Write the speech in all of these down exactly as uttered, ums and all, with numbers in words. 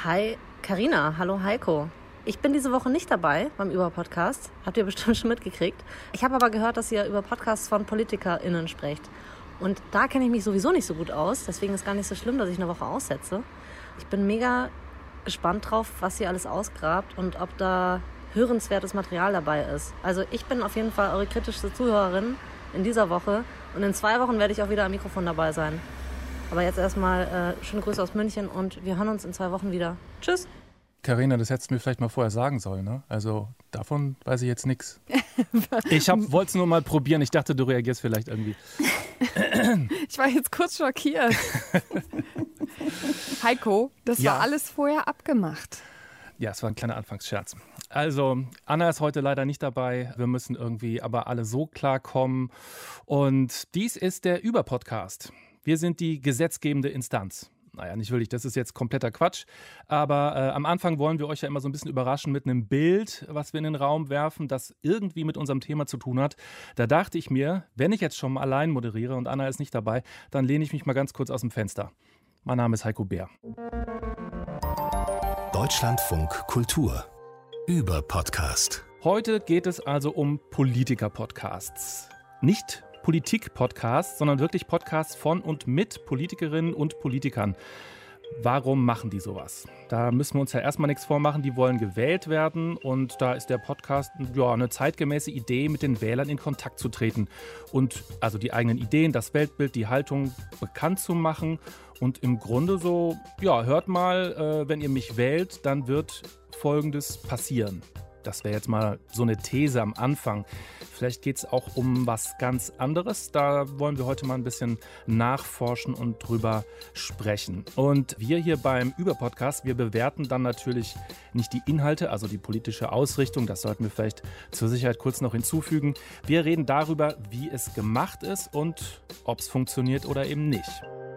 Hi Carina, hallo Heiko. Ich bin diese Woche nicht dabei beim Über-Podcast, habt ihr bestimmt schon mitgekriegt. Ich habe aber gehört, dass ihr über Podcasts von PolitikerInnen sprecht. Und da kenne ich mich sowieso nicht so gut aus, deswegen ist es gar nicht so schlimm, dass ich eine Woche aussetze. Ich bin mega gespannt drauf, was ihr alles ausgrabt und ob da hörenswertes Material dabei ist. Also ich bin auf jeden Fall eure kritischste Zuhörerin in dieser Woche und in zwei Wochen werde ich auch wieder am Mikrofon dabei sein. Aber jetzt erstmal äh, schöne Grüße aus München und wir hören uns in zwei Wochen wieder. Tschüss! Carina, das hättest du mir vielleicht mal vorher sagen sollen, ne? Also davon weiß ich jetzt nichts. Ich wollte es nur mal probieren. Ich dachte, du reagierst vielleicht irgendwie. Ich war jetzt kurz schockiert. Heiko, das Ja. war alles vorher abgemacht. Ja, es war ein kleiner Anfangsscherz. Also, Anna ist heute leider nicht dabei. Wir müssen irgendwie aber alle so klarkommen. Und dies ist der Über-Podcast. Wir sind die gesetzgebende Instanz. Naja, nicht wirklich, das ist jetzt kompletter Quatsch. Aber äh, am Anfang wollen wir euch ja immer so ein bisschen überraschen mit einem Bild, was wir in den Raum werfen, das irgendwie mit unserem Thema zu tun hat. Da dachte ich mir, wenn ich jetzt schon mal allein moderiere und Anna ist nicht dabei, dann lehne ich mich mal ganz kurz aus dem Fenster. Mein Name ist Heiko Bär. Deutschlandfunk Kultur. Über-Podcast. Heute geht es also um Politiker-Podcasts. Nicht Politik-Podcasts, sondern wirklich Podcasts von und mit Politikerinnen und Politikern. Warum machen die sowas? Da müssen wir uns ja erstmal nichts vormachen. Die wollen gewählt werden und da ist der Podcast ja, eine zeitgemäße Idee, mit den Wählern in Kontakt zu treten und also die eigenen Ideen, das Weltbild, die Haltung bekannt zu machen und im Grunde so, ja, hört mal, äh, wenn ihr mich wählt, dann wird Folgendes passieren. Das wäre jetzt mal so eine These am Anfang. Vielleicht geht es auch um was ganz anderes. Da wollen wir heute mal ein bisschen nachforschen und drüber sprechen. Und wir hier beim Über-Podcast, wir bewerten dann natürlich nicht die Inhalte, also die politische Ausrichtung. Das sollten wir vielleicht zur Sicherheit kurz noch hinzufügen. Wir reden darüber, wie es gemacht ist und ob es funktioniert oder eben nicht.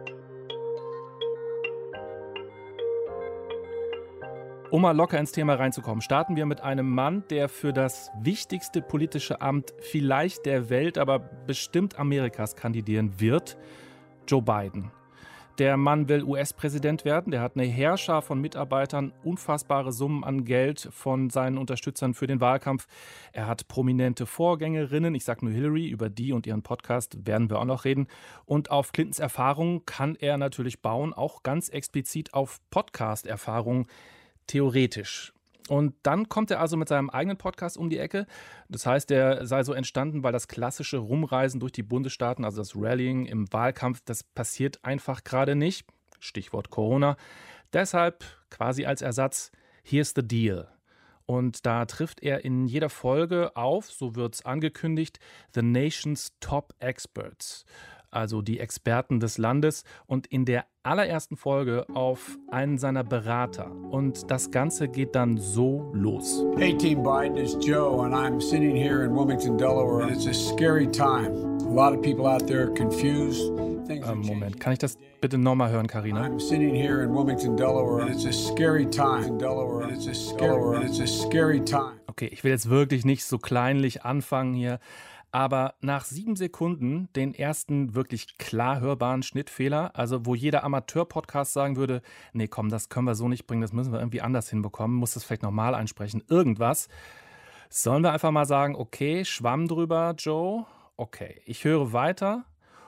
Um mal locker ins Thema reinzukommen, starten wir mit einem Mann, der für das wichtigste politische Amt vielleicht der Welt, aber bestimmt Amerikas kandidieren wird, Joe Biden. Der Mann will U S-Präsident werden, der hat eine Heerschar von Mitarbeitern, unfassbare Summen an Geld von seinen Unterstützern für den Wahlkampf. Er hat prominente Vorgängerinnen, ich sage nur Hillary, über die und ihren Podcast werden wir auch noch reden. Und auf Clintons Erfahrung kann er natürlich bauen, auch ganz explizit auf Podcast-Erfahrung. Theoretisch. Und dann kommt er also mit seinem eigenen Podcast um die Ecke. Das heißt, der sei so entstanden, weil das klassische Rumreisen durch die Bundesstaaten, also das Rallying im Wahlkampf, das passiert einfach gerade nicht. Stichwort Corona. Deshalb quasi als Ersatz, here's the deal. Und da trifft er in jeder Folge auf, so wird es angekündigt, the nation's top experts. Also die Experten des Landes und in der allerersten Folge auf einen seiner Berater. Und das Ganze geht dann so los. Hey Team Biden, it's Joe and I'm sitting here in Wilmington, Delaware and it's a scary time. A lot of people out there are confused. Ähm, Moment, kann ich das bitte nochmal hören, Carina? I'm sitting here in Wilmington, Delaware and it's a scary time. In Delaware and it's a scary, and it's a scary time. Okay, ich will jetzt wirklich nicht so kleinlich anfangen hier. Aber nach sieben Sekunden den ersten wirklich klar hörbaren Schnittfehler, also wo jeder Amateur-Podcast sagen würde, nee komm, das können wir so nicht bringen, das müssen wir irgendwie anders hinbekommen, muss das vielleicht nochmal einsprechen, irgendwas. Sollen wir einfach mal sagen, okay, Schwamm drüber, Joe, okay, ich höre weiter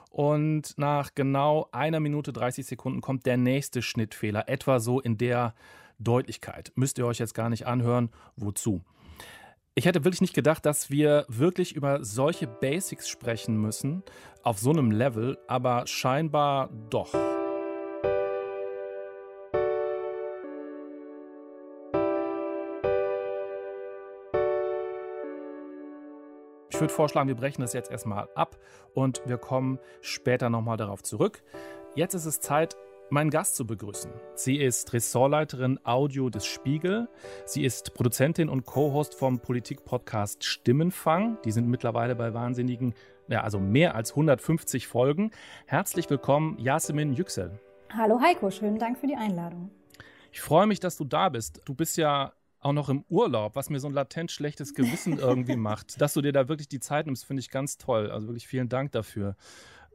und nach genau einer Minute dreißig Sekunden kommt der nächste Schnittfehler, etwa so in der Deutlichkeit. Müsst ihr euch jetzt gar nicht anhören, wozu? Ich hätte wirklich nicht gedacht, dass wir wirklich über solche Basics sprechen müssen, auf so einem Level, aber scheinbar doch. Ich würde vorschlagen, wir brechen das jetzt erstmal ab und wir kommen später nochmal darauf zurück. Jetzt ist es Zeit, meinen Gast zu begrüßen. Sie ist Ressortleiterin Audio des Spiegel. Sie ist Produzentin und Co-Host vom Politik-Podcast Stimmenfang. Die sind mittlerweile bei wahnsinnigen, ja, also mehr als hundertfünfzig Folgen. Herzlich willkommen, Yasemin Yüksel. Hallo Heiko, schönen Dank für die Einladung. Ich freue mich, dass du da bist. Du bist ja auch noch im Urlaub, was mir so ein latent schlechtes Gewissen irgendwie macht. Dass du dir da wirklich die Zeit nimmst, finde ich ganz toll. Also wirklich vielen Dank dafür.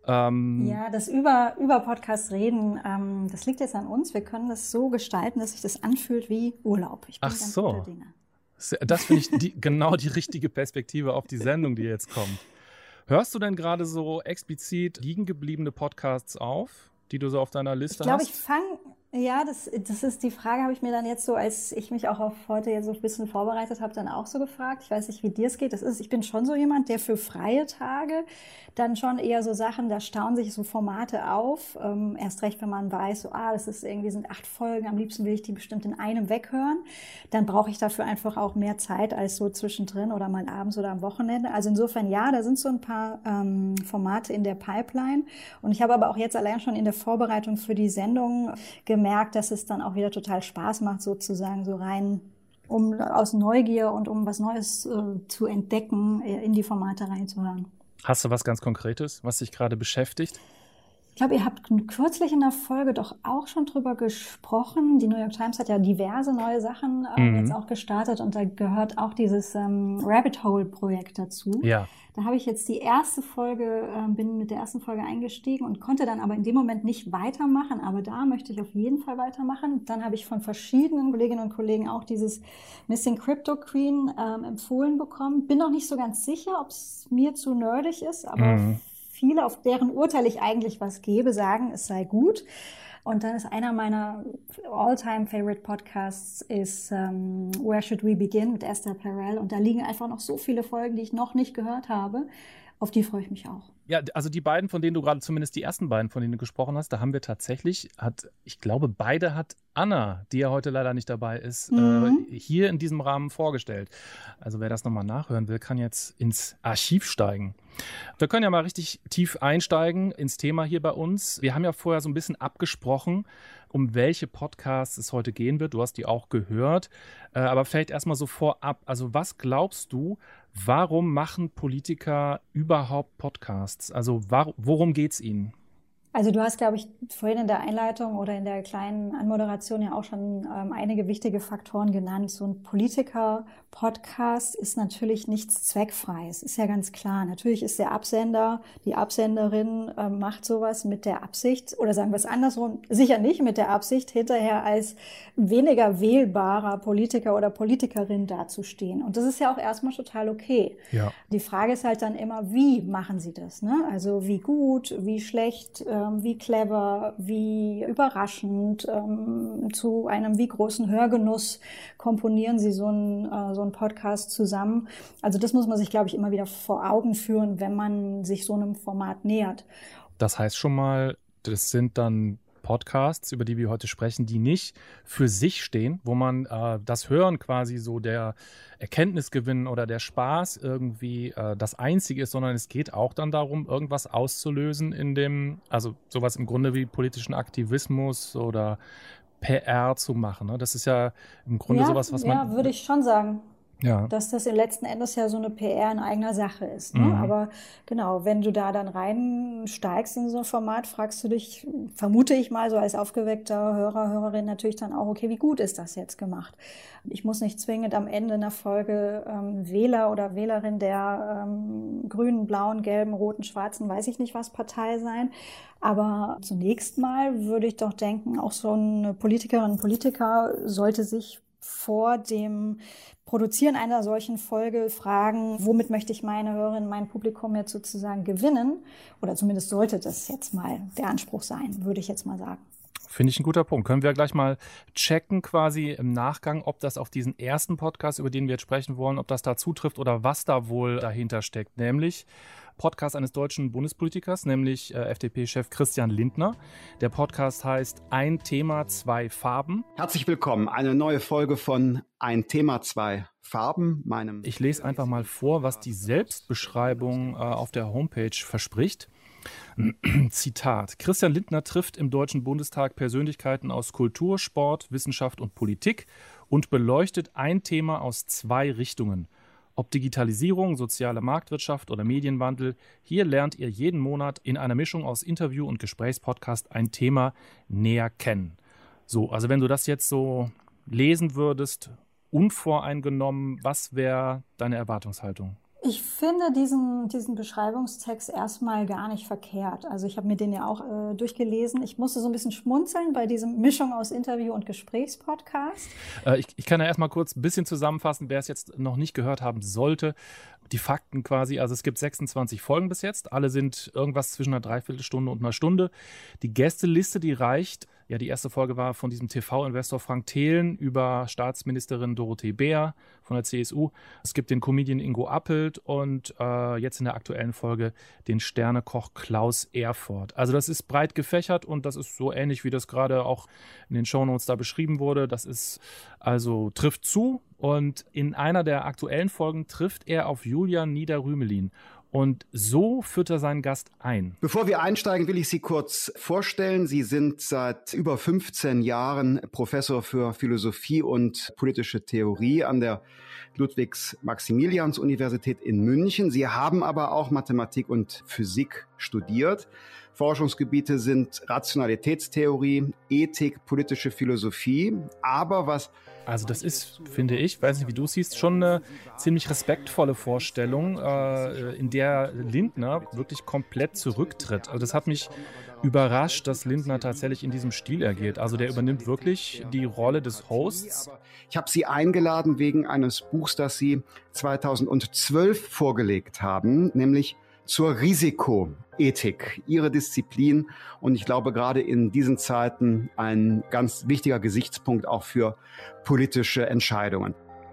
Ähm, ja, das über, über Podcast reden, ähm, das liegt jetzt an uns. Wir können das so gestalten, dass sich das anfühlt wie Urlaub. Ich bin Ach ganz so. guter Dinge. Das finde ich die, genau die richtige Perspektive auf die Sendung, die jetzt kommt. Hörst du denn gerade so explizit liegen gebliebene Podcasts auf, die du so auf deiner Liste Ich glaube, hast? ich fange, ja, das, das ist die Frage, habe ich mir dann jetzt so, als ich mich auch auf heute jetzt so ein bisschen vorbereitet habe, dann auch so gefragt. Ich weiß nicht, wie dir es geht. Das ist, ich bin schon so jemand, der für freie Tage dann schon eher so Sachen, da stauen sich so Formate auf. Ähm, erst recht, wenn man weiß, so, ah, das ist irgendwie, sind acht Folgen, am liebsten will ich die bestimmt in einem weghören. Dann brauche ich dafür einfach auch mehr Zeit als so zwischendrin oder mal abends oder am Wochenende. Also insofern, ja, da sind so ein paar ähm, Formate in der Pipeline. Und ich habe aber auch jetzt allein schon in der Vorbereitung für die Sendung gemerkt, dass es dann auch wieder total Spaß macht, sozusagen so rein, um aus Neugier und um was Neues äh, zu entdecken, in die Formate reinzuhören. Hast du was ganz Konkretes, was dich gerade beschäftigt? Ich glaube, ihr habt kürzlich in der Folge doch auch schon drüber gesprochen. Die New York Times hat ja diverse neue Sachen äh, Mhm. jetzt auch gestartet und da gehört auch dieses ähm, Rabbit Hole Projekt dazu. Ja. Da habe ich jetzt die erste Folge, äh, bin mit der ersten Folge eingestiegen und konnte dann aber in dem Moment nicht weitermachen. Aber da möchte ich auf jeden Fall weitermachen. Dann habe ich von verschiedenen Kolleginnen und Kollegen auch dieses Missing Crypto Queen ähm, empfohlen bekommen. Bin noch nicht so ganz sicher, ob es mir zu nerdig ist, aber Mhm. viele, auf deren Urteil ich eigentlich was gebe, sagen, es sei gut. Und dann ist einer meiner All-Time-Favorite-Podcasts ist ähm, Where Should We Begin mit Esther Perel. Und da liegen einfach noch so viele Folgen, die ich noch nicht gehört habe. Auf die freue ich mich auch. Ja, also die beiden, von denen du gerade, zumindest die ersten beiden, von denen du gesprochen hast, da haben wir tatsächlich, hat, ich glaube, beide hat Anna, die ja heute leider nicht dabei ist, Mhm. äh, hier in diesem Rahmen vorgestellt. Also wer das nochmal nachhören will, kann jetzt ins Archiv steigen. Wir können ja mal richtig tief einsteigen ins Thema hier bei uns. Wir haben ja vorher so ein bisschen abgesprochen, um welche Podcasts es heute gehen wird. Du hast die auch gehört. Äh, aber vielleicht erstmal so vorab. Also was glaubst du, warum machen Politiker überhaupt Podcasts? Also war, worum geht's ihnen? Also du hast, glaube ich, vorhin in der Einleitung oder in der kleinen Anmoderation ja auch schon ähm, einige wichtige Faktoren genannt. So ein Politiker-Podcast ist natürlich nichts Zweckfreies, ist ja ganz klar. Natürlich ist der Absender, die Absenderin äh, macht sowas mit der Absicht, oder sagen wir es andersrum, sicher nicht mit der Absicht, hinterher als weniger wählbarer Politiker oder Politikerin dazustehen. Und das ist ja auch erstmal total okay. Ja. Die Frage ist halt dann immer, wie machen sie das? Ne? Also wie gut, wie schlecht, ähm, wie clever, wie überraschend, ähm, zu einem wie großen Hörgenuss komponieren sie so einen, äh, so einen Podcast zusammen. Also das muss man sich, glaube ich, immer wieder vor Augen führen, wenn man sich so einem Format nähert. Das heißt schon mal, das sind dann Podcasts, über die wir heute sprechen, die nicht für sich stehen, wo man äh, das Hören quasi so der Erkenntnisgewinn oder der Spaß irgendwie äh, das Einzige ist, sondern es geht auch dann darum, irgendwas auszulösen in dem, also sowas im Grunde wie politischen Aktivismus oder P R zu machen. Ne? Das ist ja im Grunde Ja, sowas, was man... ja, würde ich schon sagen. Ja. Dass das im letzten Endes ja so eine P R in eigener Sache ist. Ne? Mhm. Aber genau, wenn du da dann reinsteigst in so ein Format, fragst du dich, vermute ich mal, so als aufgeweckter Hörer, Hörerin natürlich dann auch, okay, wie gut ist das jetzt gemacht? Ich muss nicht zwingend am Ende einer Folge ähm, Wähler oder Wählerin der ähm, grünen, blauen, gelben, roten, schwarzen, weiß ich nicht was Partei sein. Aber zunächst mal würde ich doch denken, auch so eine Politikerin und Politiker sollte sich vor dem Produzieren einer solchen Folge fragen, womit möchte ich meine Hörerinnen, mein Publikum jetzt sozusagen gewinnen? Oder zumindest sollte das jetzt mal der Anspruch sein, würde ich jetzt mal sagen. Finde ich ein guter Punkt. Können wir gleich mal checken quasi im Nachgang, ob das auf diesen ersten Podcast, über den wir jetzt sprechen wollen, ob das da zutrifft oder was da wohl dahinter steckt. Nämlich Podcast eines deutschen Bundespolitikers, nämlich äh, F D P-Chef Christian Lindner. Der Podcast heißt Ein Thema, zwei Farben. Herzlich willkommen, eine neue Folge von Ein Thema, zwei Farben, meinem... Ich lese einfach mal vor, was die Selbstbeschreibung äh, auf der Homepage verspricht. Zitat: Christian Lindner trifft im Deutschen Bundestag Persönlichkeiten aus Kultur, Sport, Wissenschaft und Politik und beleuchtet ein Thema aus zwei Richtungen. Ob Digitalisierung, soziale Marktwirtschaft oder Medienwandel, hier lernt ihr jeden Monat in einer Mischung aus Interview- und Gesprächspodcast ein Thema näher kennen. So, also wenn du das jetzt so lesen würdest, unvoreingenommen, was wäre deine Erwartungshaltung? Ich finde diesen, diesen Beschreibungstext erstmal gar nicht verkehrt. Also ich habe mir den ja auch äh, durchgelesen. Ich musste so ein bisschen schmunzeln bei diesem Mischung aus Interview- und Gesprächspodcast. Äh, ich, ich kann ja erstmal kurz ein bisschen zusammenfassen, wer es jetzt noch nicht gehört haben sollte. Die Fakten quasi, also es gibt sechsundzwanzig Folgen bis jetzt. Alle sind irgendwas zwischen einer Dreiviertelstunde und einer Stunde. Die Gästeliste, die reicht. Ja, die erste Folge war von diesem T V-Investor Frank Thelen über Staatsministerin Dorothee Bär von der C S U. Es gibt den Comedian Ingo Appelt und äh, jetzt in der aktuellen Folge den Sternekoch Klaus Erfurt. Also das ist breit gefächert und das ist so ähnlich, wie das gerade auch in den Shownotes da beschrieben wurde. Das ist also trifft zu und in einer der aktuellen Folgen trifft er auf Julian Nieder-Rümelin. Und so führt er seinen Gast ein. Bevor wir einsteigen, will ich Sie kurz vorstellen. Sie sind seit über fünfzehn Jahren Professor für Philosophie und politische Theorie an der Ludwigs-Maximilians-Universität in München. Sie haben aber auch Mathematik und Physik studiert. Forschungsgebiete sind Rationalitätstheorie, Ethik, politische Philosophie. Aber was... Also das ist, finde ich, weiß nicht, wie du es siehst, schon eine ziemlich respektvolle Vorstellung, äh, in der Lindner wirklich komplett zurücktritt. Also das hat mich überrascht, dass Lindner tatsächlich in diesem Stil ergeht. Also der übernimmt wirklich die Rolle des Hosts. Ich habe Sie eingeladen wegen eines Buchs, das Sie zweitausendzwölf vorgelegt haben, nämlich zur Risikoethik, Ihre Disziplin. Und ich glaube, gerade in diesen Zeiten ein ganz wichtiger Gesichtspunkt auch für politische Entscheidungen.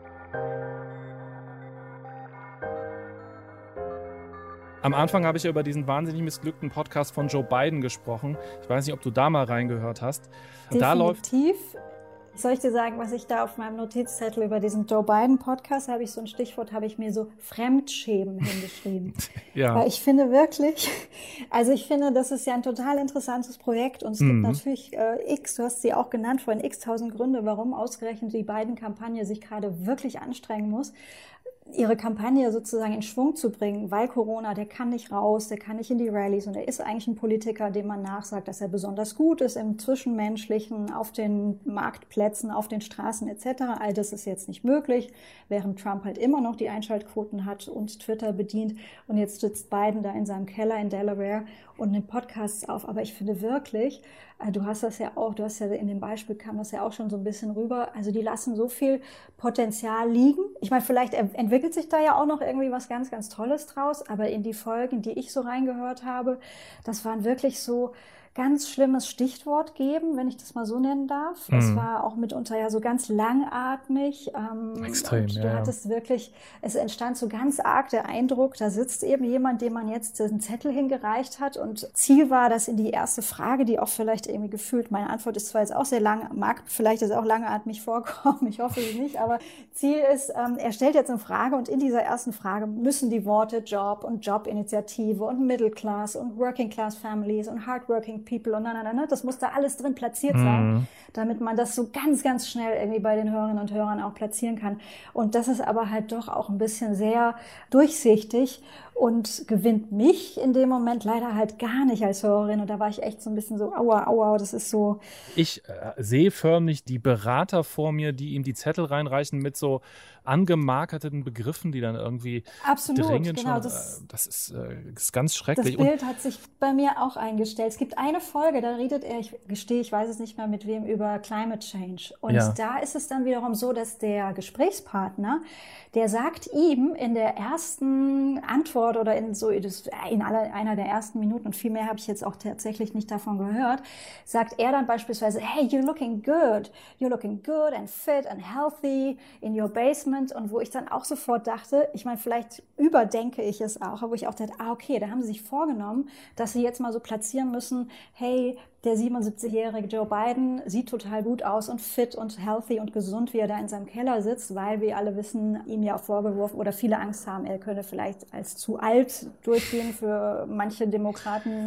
Am Anfang habe ich ja über diesen wahnsinnig missglückten Podcast von Joe Biden gesprochen. Ich weiß nicht, ob du da mal reingehört hast. Definitiv. Da läuft Soll ich dir sagen, was ich da auf meinem Notizzettel über diesen Joe Biden-Podcast, habe ich so ein Stichwort, habe ich mir so Fremdschämen hingeschrieben. Ja. Weil ich finde wirklich, also ich finde, das ist ja ein total interessantes Projekt und es gibt Mhm. natürlich äh, x, du hast sie auch genannt vorhin, x tausend Gründe, warum ausgerechnet die Biden-Kampagne sich gerade wirklich anstrengen muss, ihre Kampagne sozusagen in Schwung zu bringen, weil Corona, der kann nicht raus, der kann nicht in die Rallyes und er ist eigentlich ein Politiker, dem man nachsagt, dass er besonders gut ist im Zwischenmenschlichen, auf den Marktplätzen, auf den Straßen et cetera. All das ist jetzt nicht möglich, während Trump halt immer noch die Einschaltquoten hat und Twitter bedient und jetzt sitzt Biden da in seinem Keller in Delaware und nimmt Podcasts auf. Aber ich finde wirklich, du hast das ja auch, du hast ja in dem Beispiel kam das ja auch schon so ein bisschen rüber, also die lassen so viel Potenzial liegen. Ich meine, vielleicht entwickelt sich da ja auch noch irgendwie was ganz, ganz Tolles draus, aber in die Folgen, die ich so reingehört habe, das waren wirklich so ganz schlimmes Stichwort geben, wenn ich das mal so nennen darf. Mhm. Es war auch mitunter ja so ganz langatmig. Ähm, Extrem, und du ja, hattest wirklich, es entstand so ganz arg der Eindruck, da sitzt eben jemand, dem man jetzt einen Zettel hingereicht hat und Ziel war, dass in die erste Frage, die auch vielleicht irgendwie gefühlt, meine Antwort ist zwar jetzt auch sehr lang, mag vielleicht ist auch langatmig vorkommen, ich hoffe es nicht, aber Ziel ist, ähm, er stellt jetzt eine Frage und in dieser ersten Frage müssen die Worte Job und Jobinitiative und Middle Class und Working Class Families und Hardworking People und na, na, na, das muss da alles drin platziert sein, mhm. damit man das so ganz, ganz schnell irgendwie bei den Hörerinnen und Hörern auch platzieren kann. Und das ist aber halt doch auch ein bisschen sehr durchsichtig und gewinnt mich in dem Moment leider halt gar nicht als Hörerin. Und da war ich echt so ein bisschen so, aua, aua, das ist so. Ich äh, sehe förmlich die Berater vor mir, die ihm die Zettel reinreichen mit so angemarkerten Begriffen, die dann irgendwie Absolut, dringend genau, schon, das, äh, das, ist, äh, das ist ganz schrecklich. Das Bild hat sich bei mir auch eingestellt. Es gibt eine Folge, da redet er, ich gestehe, ich weiß es nicht mehr mit wem, über Climate Change. Und ja. da ist es dann wiederum so, dass der Gesprächspartner, der sagt ihm in der ersten Antwort oder in so in aller, einer der ersten Minuten, und viel mehr habe ich jetzt auch tatsächlich nicht davon gehört, sagt er dann beispielsweise, hey, you're looking good, you're looking good and fit and healthy in your basement. Und wo ich dann auch sofort dachte, ich meine, vielleicht überdenke ich es auch, aber wo ich auch dachte, ah, okay, da haben sie sich vorgenommen, dass sie jetzt mal so platzieren müssen, hey, der siebenundsiebzigjährige Joe Biden sieht total gut aus und fit und healthy und gesund, wie er da in seinem Keller sitzt, weil wir alle wissen, ihm ja auch vorgeworfen oder viele Angst haben, er könne vielleicht als zu alt durchgehen für manche Demokraten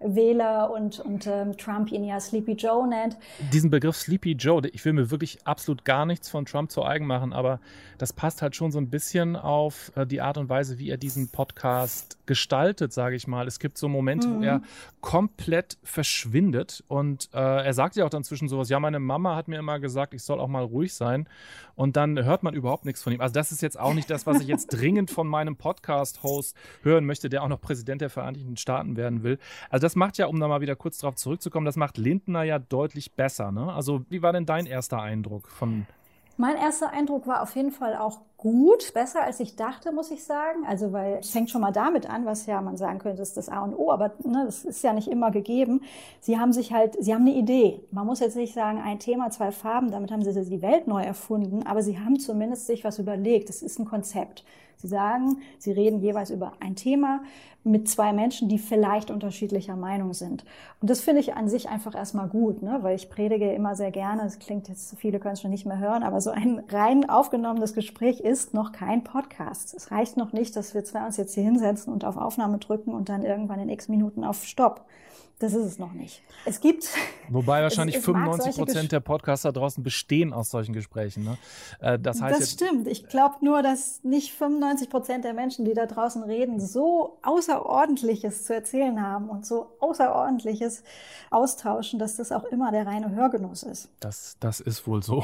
Wähler und, und ähm, Trump ihn ja Sleepy Joe nennt. Diesen Begriff Sleepy Joe, ich will mir wirklich absolut gar nichts von Trump zu eigen machen, aber das passt halt schon so ein bisschen auf äh, die Art und Weise, wie er diesen Podcast gestaltet, sage ich mal. Es gibt so Momente, mhm. wo er komplett verschwindet und äh, er sagt ja auch dann zwischen sowas, ja, meine Mama hat mir immer gesagt, ich soll auch mal ruhig sein und dann hört man überhaupt nichts von ihm. Also das ist jetzt auch nicht das, was ich jetzt dringend von meinem Podcast-Host hören möchte, der auch noch Präsident der Vereinigten Staaten werden will. Also das macht ja, um da mal wieder kurz drauf zurückzukommen, das macht Lindner ja deutlich besser, ne? Also wie war denn dein erster Eindruck von... Mein erster Eindruck war auf jeden Fall auch gut, besser als ich dachte, muss ich sagen. Also weil es fängt schon mal damit an, was ja man sagen könnte, ist das A und O, aber ne, das ist ja nicht immer gegeben. Sie haben sich halt, sie haben eine Idee. Man muss jetzt nicht sagen, ein Thema, zwei Farben, damit haben sie die Welt neu erfunden, aber sie haben zumindest sich was überlegt. Das ist ein Konzept. Sie sagen, sie reden jeweils über ein Thema mit zwei Menschen, die vielleicht unterschiedlicher Meinung sind. Und das finde ich an sich einfach erstmal gut, ne? Weil ich predige immer sehr gerne, es klingt jetzt, viele können es schon nicht mehr hören, aber so ein rein aufgenommenes Gespräch ist noch kein Podcast. Es reicht noch nicht, dass wir zwei uns jetzt hier hinsetzen und auf Aufnahme drücken und dann irgendwann in x Minuten auf Stopp. Das ist es noch nicht. Es gibt... Wobei wahrscheinlich es, es fünfundneunzig Prozent der Podcaster draußen bestehen aus solchen Gesprächen. Ne? Äh, das heißt das jetzt, stimmt. Ich glaube nur, dass nicht fünfundneunzig Prozent der Menschen, die da draußen reden, so Außerordentliches zu erzählen haben und so Außerordentliches austauschen, dass das auch immer der reine Hörgenuss ist. Das, das ist wohl so.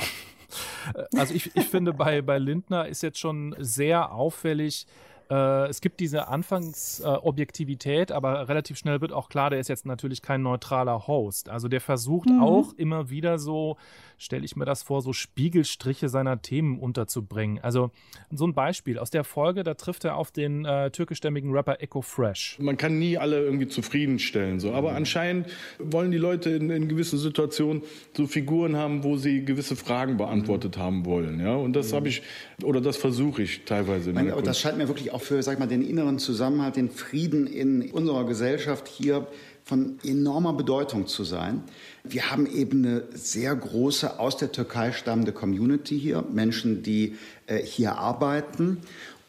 Also ich, ich finde, bei, bei Lindner ist jetzt schon sehr auffällig, Äh, es gibt diese Anfangsobjektivität, äh, aber relativ schnell wird auch klar, der ist jetzt natürlich kein neutraler Host. Also der versucht mhm. auch immer wieder so, stelle ich mir das vor, so Spiegelstriche seiner Themen unterzubringen. Also so ein Beispiel aus der Folge, da trifft er auf den äh, türkischstämmigen Rapper Eko Fresh. Man kann nie alle irgendwie zufriedenstellen, so. Aber anscheinend wollen die Leute in, in gewissen Situationen so Figuren haben, wo sie gewisse Fragen beantwortet haben wollen. Ja? Und das habe ich, oder das versuche ich teilweise. In Nein, aber das scheint mir wirklich auch für, sag ich mal, den inneren Zusammenhalt, den Frieden in unserer Gesellschaft hier von enormer Bedeutung zu sein. Wir haben eben eine sehr große aus der Türkei stammende Community hier, Menschen, die äh, hier arbeiten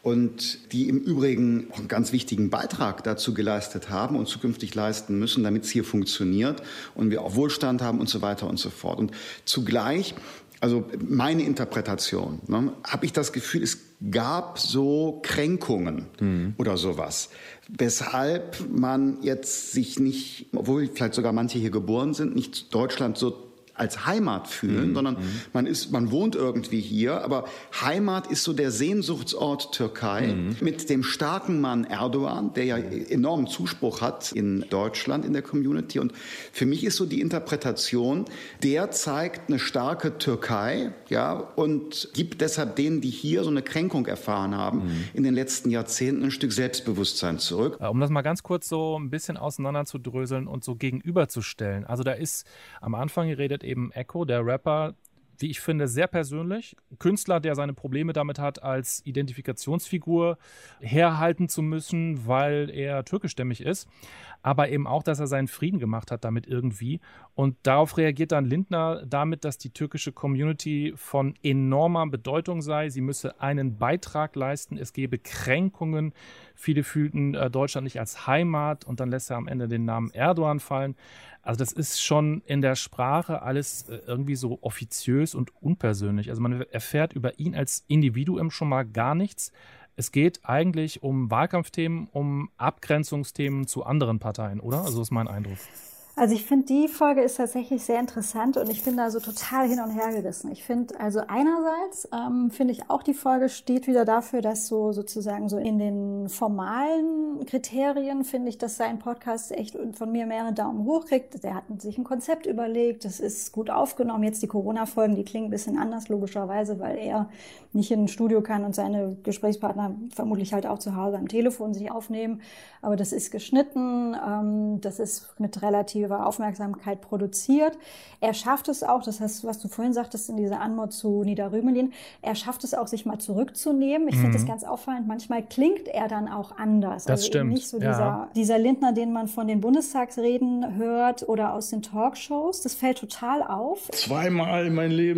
und die im Übrigen auch einen ganz wichtigen Beitrag dazu geleistet haben und zukünftig leisten müssen, damit es hier funktioniert und wir auch Wohlstand haben und so weiter und so fort. Und zugleich, also meine Interpretation, ne, habe ich das Gefühl, es gab so Kränkungen mhm. oder sowas, weshalb man jetzt sich nicht, obwohl vielleicht sogar manche hier geboren sind, nicht Deutschland so als Heimat fühlen, mhm. sondern man ist, man wohnt irgendwie hier, aber Heimat ist so der Sehnsuchtsort Türkei mhm. mit dem starken Mann Erdogan, der ja enormen Zuspruch hat in Deutschland in der Community. Und für mich ist so die Interpretation, der zeigt eine starke Türkei, ja, und gibt deshalb denen, die hier so eine Kränkung erfahren haben, mhm. in den letzten Jahrzehnten ein Stück Selbstbewusstsein zurück. Um das mal ganz kurz so ein bisschen auseinanderzudröseln und so gegenüberzustellen. Also da ist am Anfang geredet eben Eko, der Rapper, wie ich finde, sehr persönlich. Künstler, der seine Probleme damit hat, als Identifikationsfigur herhalten zu müssen, weil er türkischstämmig ist. Aber eben auch, dass er seinen Frieden gemacht hat damit irgendwie. Und darauf reagiert dann Lindner damit, dass die türkische Community von enormer Bedeutung sei. Sie müsse einen Beitrag leisten. Es gebe Kränkungen. Viele fühlten äh, Deutschland nicht als Heimat. Und dann lässt er am Ende den Namen Erdogan fallen. Also das ist schon in der Sprache alles äh, irgendwie so offiziös und unpersönlich. Also man erfährt über ihn als Individuum schon mal gar nichts. Es geht eigentlich um Wahlkampfthemen, um Abgrenzungsthemen zu anderen Parteien, oder? Also das ist mein Eindruck. Also ich finde, die Folge ist tatsächlich sehr interessant und ich bin da so total hin und her gerissen. Ich finde, also einerseits ähm, finde ich auch, die Folge steht wieder dafür, dass so sozusagen so in den formalen Kriterien finde ich, dass sein Podcast echt von mir mehrere Daumen hoch kriegt. Der hat sich ein Konzept überlegt, das ist gut aufgenommen. Jetzt die Corona-Folgen, die klingen ein bisschen anders logischerweise, weil er nicht in ein Studio kann und seine Gesprächspartner vermutlich halt auch zu Hause am Telefon sich aufnehmen. Aber das ist geschnitten, ähm, das ist mit relativ Aufmerksamkeit produziert. Er schafft es auch, das heißt, was du vorhin sagtest in dieser Anmod zu Niederrümelin, er schafft es auch, sich mal zurückzunehmen. Ich mhm. finde das ganz auffallend. Manchmal klingt er dann auch anders. Das also stimmt. Eben nicht so ja. dieser, dieser Lindner, den man von den Bundestagsreden hört oder aus den Talkshows. Das fällt total auf. Zweimal in meinem Leben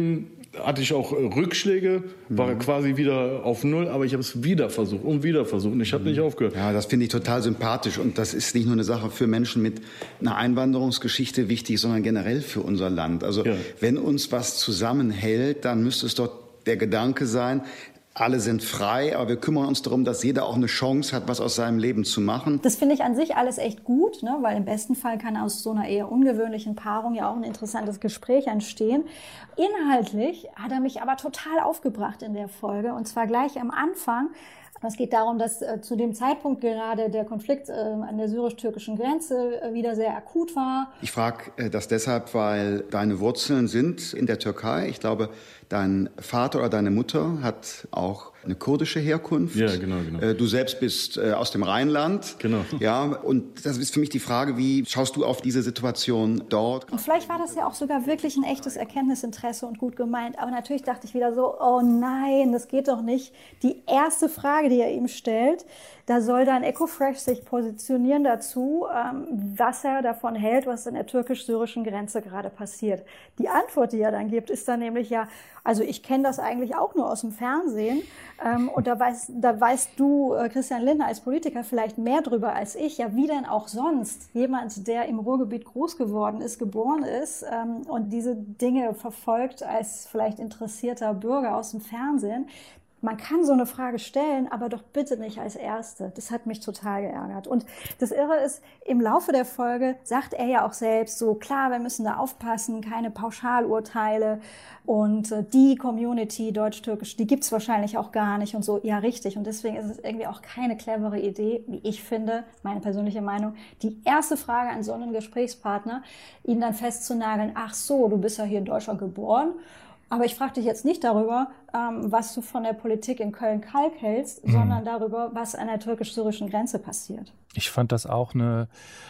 hatte ich auch Rückschläge, war mhm. quasi wieder auf Null, aber ich habe es wieder versucht und wieder versucht und ich habe mhm. nicht aufgehört. Ja, das finde ich total sympathisch und das ist nicht nur eine Sache für Menschen mit einer Einwanderungsgeschichte wichtig, sondern generell für unser Land. Also ja. wenn uns was zusammenhält, dann müsste es doch der Gedanke sein, alle sind frei, aber wir kümmern uns darum, dass jeder auch eine Chance hat, was aus seinem Leben zu machen. Das finde ich an sich alles echt gut, ne? Weil im besten Fall kann aus so einer eher ungewöhnlichen Paarung ja auch ein interessantes Gespräch entstehen. Inhaltlich hat er mich aber total aufgebracht in der Folge und zwar gleich am Anfang. Es geht darum, dass äh, zu dem Zeitpunkt gerade der Konflikt äh, an der syrisch-türkischen Grenze äh, wieder sehr akut war. Ich frage äh, das deshalb, weil deine Wurzeln sind in der Türkei. Ich glaube, dein Vater oder deine Mutter hat auch eine kurdische Herkunft. Ja, genau, genau. Äh, du selbst bist äh, aus dem Rheinland. Genau. Ja, und das ist für mich die Frage, wie schaust du auf diese Situation dort? Und vielleicht war das ja auch sogar wirklich ein echtes Erkenntnisinteresse und gut gemeint. Aber natürlich dachte ich wieder so, oh nein, das geht doch nicht. Die erste Frage, die er ihm stellt, da soll dann Ecofresh sich positionieren dazu, ähm, was er davon hält, was an der türkisch-syrischen Grenze gerade passiert. Die Antwort, die er dann gibt, ist dann nämlich ja, also ich kenne das eigentlich auch nur aus dem Fernsehen. Ähm, und da weißt, da weißt du, äh, Christian Lindner, als Politiker vielleicht mehr drüber als ich. Ja, wie denn auch sonst? Jemand, der im Ruhrgebiet groß geworden ist, geboren ist ähm, und diese Dinge verfolgt als vielleicht interessierter Bürger aus dem Fernsehen. Man kann so eine Frage stellen, aber doch bitte nicht als erste. Das hat mich total geärgert. Und das Irre ist, im Laufe der Folge sagt er ja auch selbst so, klar, wir müssen da aufpassen, keine Pauschalurteile. Und die Community deutsch-türkisch, die gibt's wahrscheinlich auch gar nicht und so. Ja, richtig. Und deswegen ist es irgendwie auch keine clevere Idee, wie ich finde, meine persönliche Meinung, die erste Frage an so einen Gesprächspartner, ihn dann festzunageln, ach so, du bist ja hier in Deutschland geboren. Aber ich frage dich jetzt nicht darüber, ähm, was du von der Politik in Köln-Kalk hältst, mhm. sondern darüber, was an der türkisch-syrischen Grenze passiert. Ich fand das auch eine,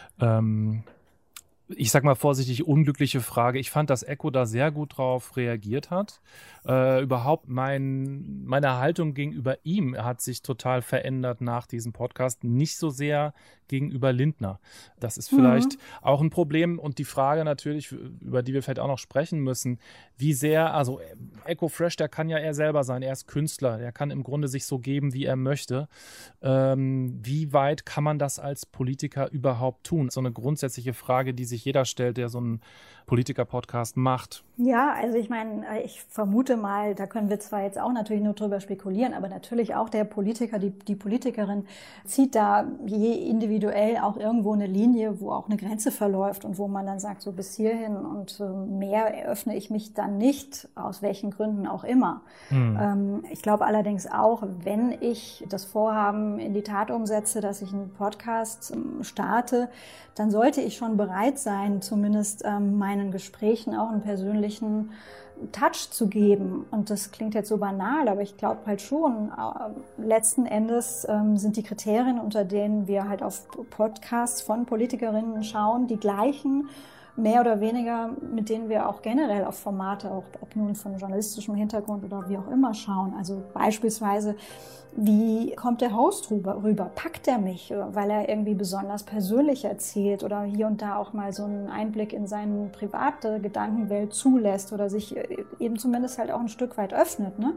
ähm, ich sag mal vorsichtig, unglückliche Frage. Ich fand, dass Ecko da sehr gut drauf reagiert hat. Äh, überhaupt mein, meine Haltung gegenüber ihm hat sich total verändert nach diesem Podcast. Nicht so sehr gegenüber Lindner. Das ist vielleicht mhm. auch ein Problem. Und die Frage natürlich, über die wir vielleicht auch noch sprechen müssen, wie sehr, also Ecofresh, der kann ja er selber sein. Er ist Künstler. Er kann im Grunde sich so geben, wie er möchte. Ähm, wie weit kann man das als Politiker überhaupt tun? So eine grundsätzliche Frage, die sich jeder stellt, der so einen Politiker-Podcast macht. Ja, also ich meine, ich vermute mal, da können wir zwar jetzt auch natürlich nur drüber spekulieren, aber natürlich auch der Politiker, die, die Politikerin zieht da je individuell auch irgendwo eine Linie, wo auch eine Grenze verläuft und wo man dann sagt, so bis hierhin und äh, mehr eröffne ich mich dann nicht, aus welchen Gründen auch immer. Mhm. Ähm, ich glaube allerdings auch, wenn ich das Vorhaben in die Tat umsetze, dass ich einen Podcast ähm, starte, dann sollte ich schon bereit sein, zumindest ähm, meinen Gesprächen auch einen persönlichen Touch zu geben. Und das klingt jetzt so banal, aber ich glaube halt schon, äh, letzten Endes ähm, sind die Kriterien, unter denen wir halt auf Podcasts von Politikerinnen schauen, die gleichen, mehr oder weniger, mit denen wir auch generell auf Formate, auch ob nun von journalistischem Hintergrund oder wie auch immer schauen. Also beispielsweise, wie kommt der Host rüber, rüber? Packt er mich, weil er irgendwie besonders persönlich erzählt oder hier und da auch mal so einen Einblick in seine private Gedankenwelt zulässt oder sich eben zumindest halt auch ein Stück weit öffnet, ne?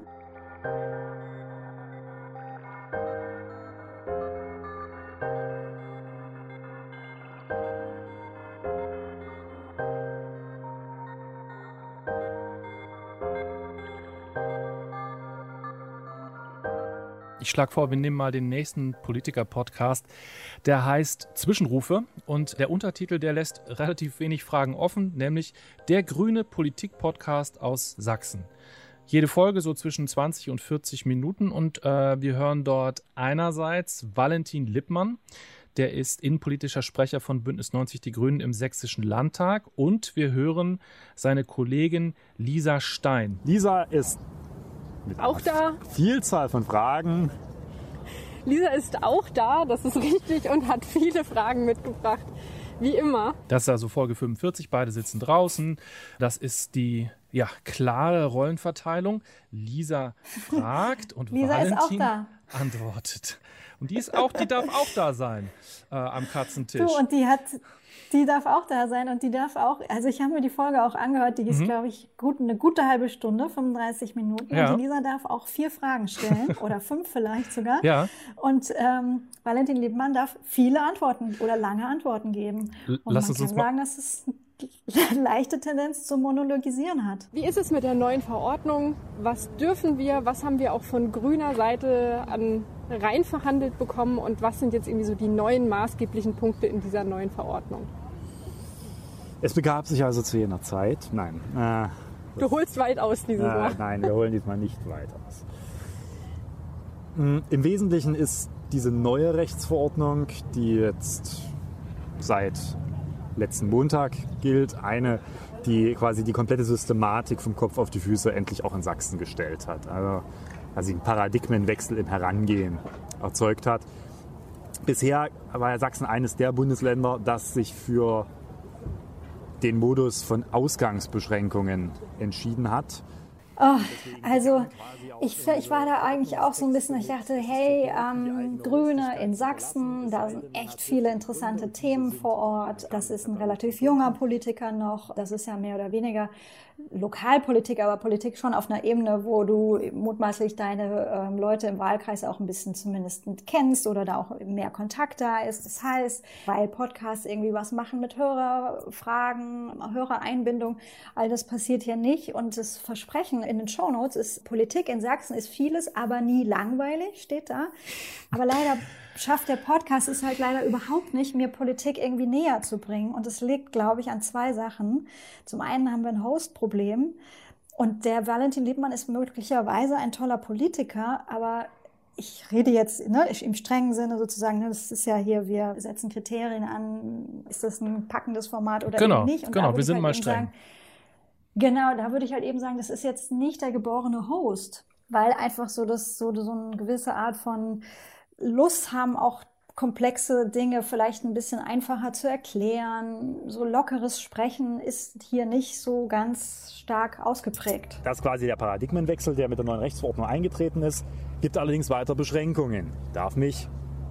Ich schlage vor, wir nehmen mal den nächsten Politiker-Podcast. Der heißt Zwischenrufe und der Untertitel, der lässt relativ wenig Fragen offen, nämlich der grüne Politik-Podcast aus Sachsen. Jede Folge so zwischen zwanzig und vierzig Minuten und äh, wir hören dort einerseits Valentin Lippmann. Der ist innenpolitischer Sprecher von Bündnis neunzig Die Grünen im Sächsischen Landtag und wir hören seine Kollegin Lisa Stein. Lisa ist mit auch da. Vielzahl von Fragen. Lisa ist auch da, das ist richtig, und hat viele Fragen mitgebracht, wie immer. Das ist also Folge fünfundvierzig, beide sitzen draußen. Das ist die Ja, klare Rollenverteilung. Lisa fragt und Lisa Valentin ist auch da. antwortet. Und die ist auch, die darf auch da sein äh, am Katzentisch. Du, und die hat, die darf auch da sein und die darf auch, also ich habe mir die Folge auch angehört, die ist, mhm. glaube ich, gut, eine gute halbe Stunde, fünfunddreißig Minuten. Ja. Und die Lisa darf auch vier Fragen stellen oder fünf vielleicht sogar. Ja. Und ähm, Valentin Liebmann darf viele Antworten oder lange Antworten geben. Und Lass man uns kann uns sagen, dass es eine leichte Tendenz zum Monologisieren hat. Wie ist es mit der neuen Verordnung? Was dürfen wir, was haben wir auch von grüner Seite an rein verhandelt bekommen und was sind jetzt irgendwie so die neuen maßgeblichen Punkte in dieser neuen Verordnung? Es begab sich also zu jener Zeit, nein. Äh, du holst weit aus dieses Mal. Äh, nein, wir holen diesmal nicht weit aus. Im Wesentlichen ist diese neue Rechtsverordnung, die jetzt seit letzten Montag gilt, eine, die quasi die komplette Systematik vom Kopf auf die Füße endlich auch in Sachsen gestellt hat. Also quasi einen Paradigmenwechsel im Herangehen erzeugt hat. Bisher war ja Sachsen eines der Bundesländer, das sich für den Modus von Ausgangsbeschränkungen entschieden hat. Oh, also ich, ich war da eigentlich auch so ein bisschen, ich dachte, hey, ähm, Grüne in Sachsen, da sind echt viele interessante Themen vor Ort. Das ist ein relativ junger Politiker noch, das ist ja mehr oder weniger Lokalpolitik, aber Politik schon auf einer Ebene, wo du mutmaßlich deine ähm, Leute im Wahlkreis auch ein bisschen zumindest kennst oder da auch mehr Kontakt da ist. Das heißt, weil Podcasts irgendwie was machen mit Hörerfragen, Hörereinbindung, all das passiert hier nicht. Und das Versprechen in den Shownotes ist, Politik in Sachsen ist vieles, aber nie langweilig, steht da. Aber leider schafft der Podcast es halt leider überhaupt nicht, mir Politik irgendwie näher zu bringen. Und es liegt, glaube ich, an zwei Sachen. Zum einen haben wir ein Host-Problem. Und der Valentin Liebmann ist möglicherweise ein toller Politiker, aber ich rede jetzt ne, im strengen Sinne sozusagen, ne, das ist ja hier, wir setzen Kriterien an, ist das ein packendes Format oder genau, eben nicht. Und genau, wir sind halt mal streng. Sagen, genau, da würde ich halt eben sagen, das ist jetzt nicht der geborene Host, weil einfach so, das, so, so eine gewisse Art von Lust haben, auch komplexe Dinge vielleicht ein bisschen einfacher zu erklären. So lockeres Sprechen ist hier nicht so ganz stark ausgeprägt. Das ist quasi der Paradigmenwechsel, der mit der neuen Rechtsverordnung eingetreten ist. Gibt allerdings weiter Beschränkungen. Ich darf mich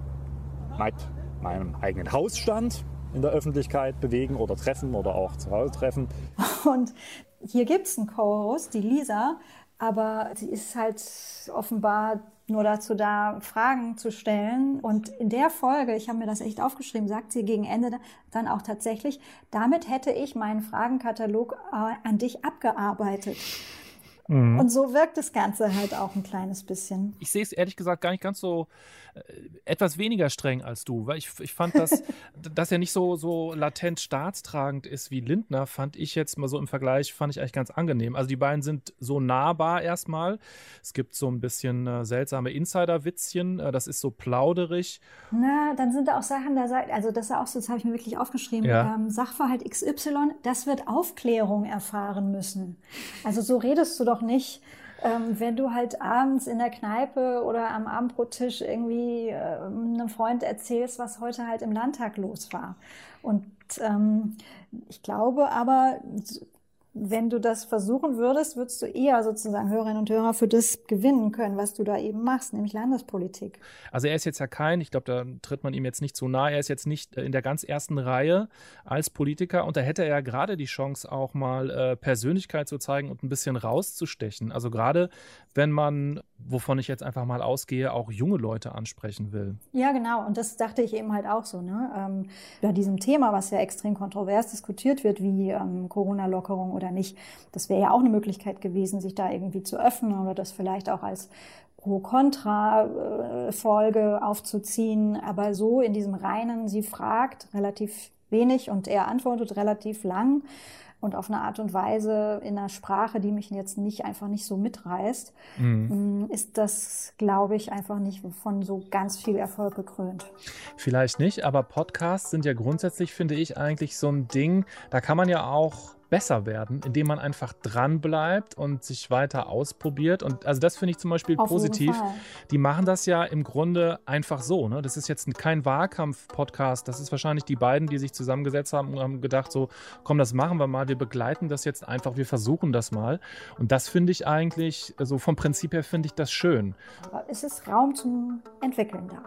mit meinem eigenen Hausstand in der Öffentlichkeit bewegen oder treffen oder auch zu Hause treffen. Und hier gibt es einen Co-Host, die Lisa, aber sie ist halt offenbar nur dazu da, Fragen zu stellen. Und in der Folge, ich habe mir das echt aufgeschrieben, sagt sie gegen Ende dann auch tatsächlich, damit hätte ich meinen Fragenkatalog äh, an dich abgearbeitet. Mhm. Und so wirkt das Ganze halt auch ein kleines bisschen. Ich sehe es ehrlich gesagt gar nicht ganz so äh, etwas weniger streng als du, weil ich, ich fand, dass, dass er nicht so, so latent staatstragend ist wie Lindner, fand ich jetzt mal so im Vergleich, fand ich eigentlich ganz angenehm. Also die beiden sind so nahbar erstmal. Es gibt so ein bisschen äh, seltsame Insider-Witzchen, äh, das ist so plauderig. Na, dann sind da auch Sachen, da sagt, also das ist auch so, das habe ich mir wirklich aufgeschrieben, ja. ähm, Sachverhalt X Y, das wird Aufklärung erfahren müssen. Also so redest du doch nicht, ähm, wenn du halt abends in der Kneipe oder am Abendbrottisch irgendwie äh, einem Freund erzählst, was heute halt im Landtag los war. Und ähm, ich glaube aber, wenn du das versuchen würdest, würdest du eher sozusagen Hörerinnen und Hörer für das gewinnen können, was du da eben machst, nämlich Landespolitik. Also er ist jetzt ja kein, ich glaube, da tritt man ihm jetzt nicht so nahe, er ist jetzt nicht in der ganz ersten Reihe als Politiker und da hätte er ja gerade die Chance auch mal äh, Persönlichkeit zu zeigen und ein bisschen rauszustechen. Also gerade wenn man, wovon ich jetzt einfach mal ausgehe, auch junge Leute ansprechen will. Ja, genau. Und das dachte ich eben halt auch so, ne? Ähm, bei diesem Thema, was ja extrem kontrovers diskutiert wird, wie ähm, Corona-Lockerung oder nicht. Das wäre ja auch eine Möglichkeit gewesen, sich da irgendwie zu öffnen oder das vielleicht auch als Pro-Kontra-Folge aufzuziehen. Aber so in diesem reinen, sie fragt relativ wenig und er antwortet relativ lang und auf eine Art und Weise in einer Sprache, die mich jetzt nicht einfach nicht so mitreißt, mhm. ist das, glaube ich, einfach nicht von so ganz viel Erfolg gekrönt. Vielleicht nicht, aber Podcasts sind ja grundsätzlich, finde ich, eigentlich so ein Ding, da kann man ja auch besser werden, indem man einfach dran bleibt und sich weiter ausprobiert. Und also das finde ich zum Beispiel Auf positiv. jeden Fall. Die machen das ja im Grunde einfach so. Ne? Das ist jetzt kein Wahlkampf-Podcast. Das ist wahrscheinlich die beiden, die sich zusammengesetzt haben und haben gedacht, so, komm, das machen wir mal. Wir begleiten das jetzt einfach. Wir versuchen das mal. Und das finde ich eigentlich, so vom Prinzip her finde ich das schön. Aber es ist Raum zum Entwickeln da.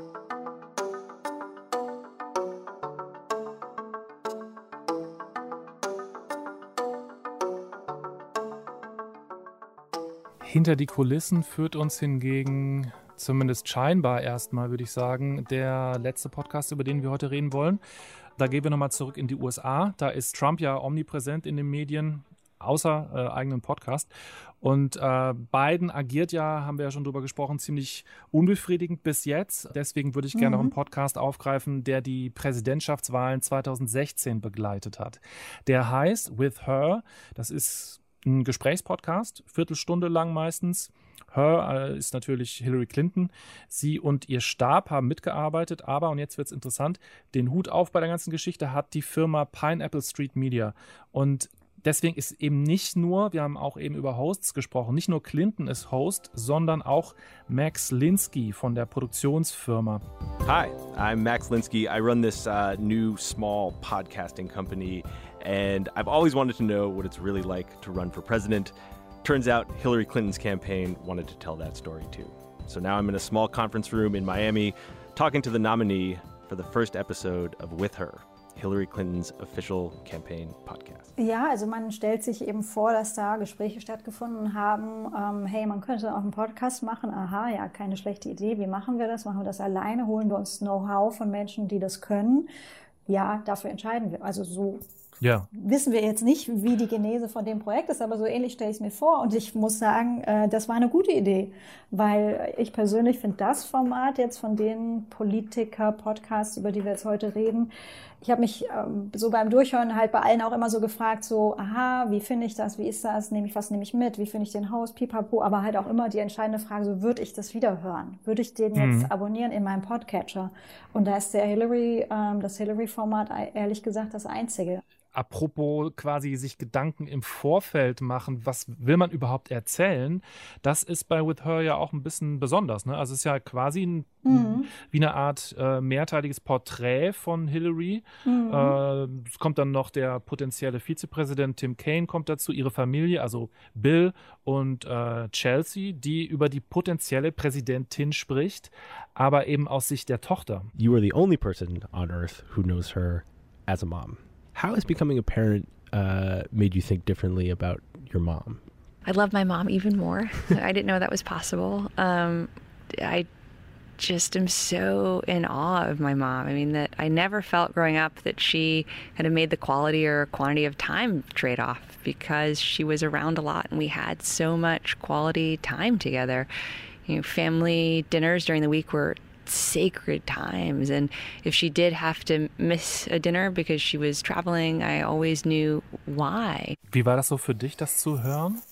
Hinter die Kulissen führt uns hingegen, zumindest scheinbar erstmal, würde ich sagen, der letzte Podcast, über den wir heute reden wollen. Da gehen wir nochmal zurück in die U S A. Da ist Trump ja omnipräsent in den Medien, außer äh, eigenen Podcast. Und äh, Biden agiert ja, haben wir ja schon drüber gesprochen, ziemlich unbefriedigend bis jetzt. Deswegen würde ich gerne mhm. noch einen Podcast aufgreifen, der die Präsidentschaftswahlen zweitausendsechzehn begleitet hat. Der heißt With Her. Das ist ein Gesprächspodcast, Viertelstunde lang meistens. Her äh, ist natürlich Hillary Clinton. Sie und ihr Stab haben mitgearbeitet, aber, und jetzt wird es interessant, den Hut auf bei der ganzen Geschichte hat die Firma Pineapple Street Media. Und deswegen ist eben nicht nur, wir haben auch eben über Hosts gesprochen, nicht nur Clinton ist Host, sondern auch Max Linsky von der Produktionsfirma. Hi, I'm Max Linsky. I run this uh, new small podcasting company, and I've always wanted to know what it's really like to run for president. Turns out Hillary Clinton's campaign wanted to tell that story too. So now I'm in a small conference room in Miami talking to the nominee for the first episode of With Her, Hillary Clinton's official campaign podcast. Ja, also man stellt sich eben vor, dass da Gespräche stattgefunden haben. Ähm, hey, man könnte auch einen Podcast machen. Aha, ja, keine schlechte Idee. Wie machen wir das? Machen wir das alleine? Holen wir uns Know-how von Menschen, die das können? Ja, dafür entscheiden wir. Also so ja. wissen wir jetzt nicht, wie die Genese von dem Projekt ist, aber so ähnlich stelle ich es mir vor. Und ich muss sagen, äh, das war eine gute Idee, weil ich persönlich finde das Format jetzt von den Politiker-Podcasts, über die wir jetzt heute reden, ich habe mich ähm, so beim Durchhören halt bei allen auch immer so gefragt, so, aha, wie finde ich das, wie ist das, nehme ich was, nehme ich mit, wie finde ich den Host, pipapo, aber halt auch immer die entscheidende Frage, so, würde ich das wieder hören? Würde ich den mhm. jetzt abonnieren in meinem Podcatcher? Und da ist der Hillary, ähm, das Hillary-Format ehrlich gesagt das einzige. Apropos quasi sich Gedanken im Vorfeld machen, was will man überhaupt erzählen, das ist bei With Her ja auch ein bisschen besonders. Ne? Also es ist ja quasi ein, mhm. wie eine Art äh, mehrteiliges Porträt von Hillary. Mhm. Äh, es kommt dann noch der potenzielle Vizepräsident Tim Kaine kommt dazu, ihre Familie, also Bill und äh, Chelsea, die über die potenzielle Präsidentin spricht, aber eben aus Sicht der Tochter. You are the only person on earth who knows her as a mom. How has becoming a parent uh, made you think differently about your mom? I love my mom even more. I didn't know that was possible. Um, I just am so in awe of my mom. I mean, that I never felt growing up that she kind of made the quality or quantity of time trade-off because she was around a lot and we had so much quality time together. You know, family dinners during the week were sacred times, and if she did have to miss a dinner because she was traveling, I always knew why. Wie war das so für dich, das zu hören?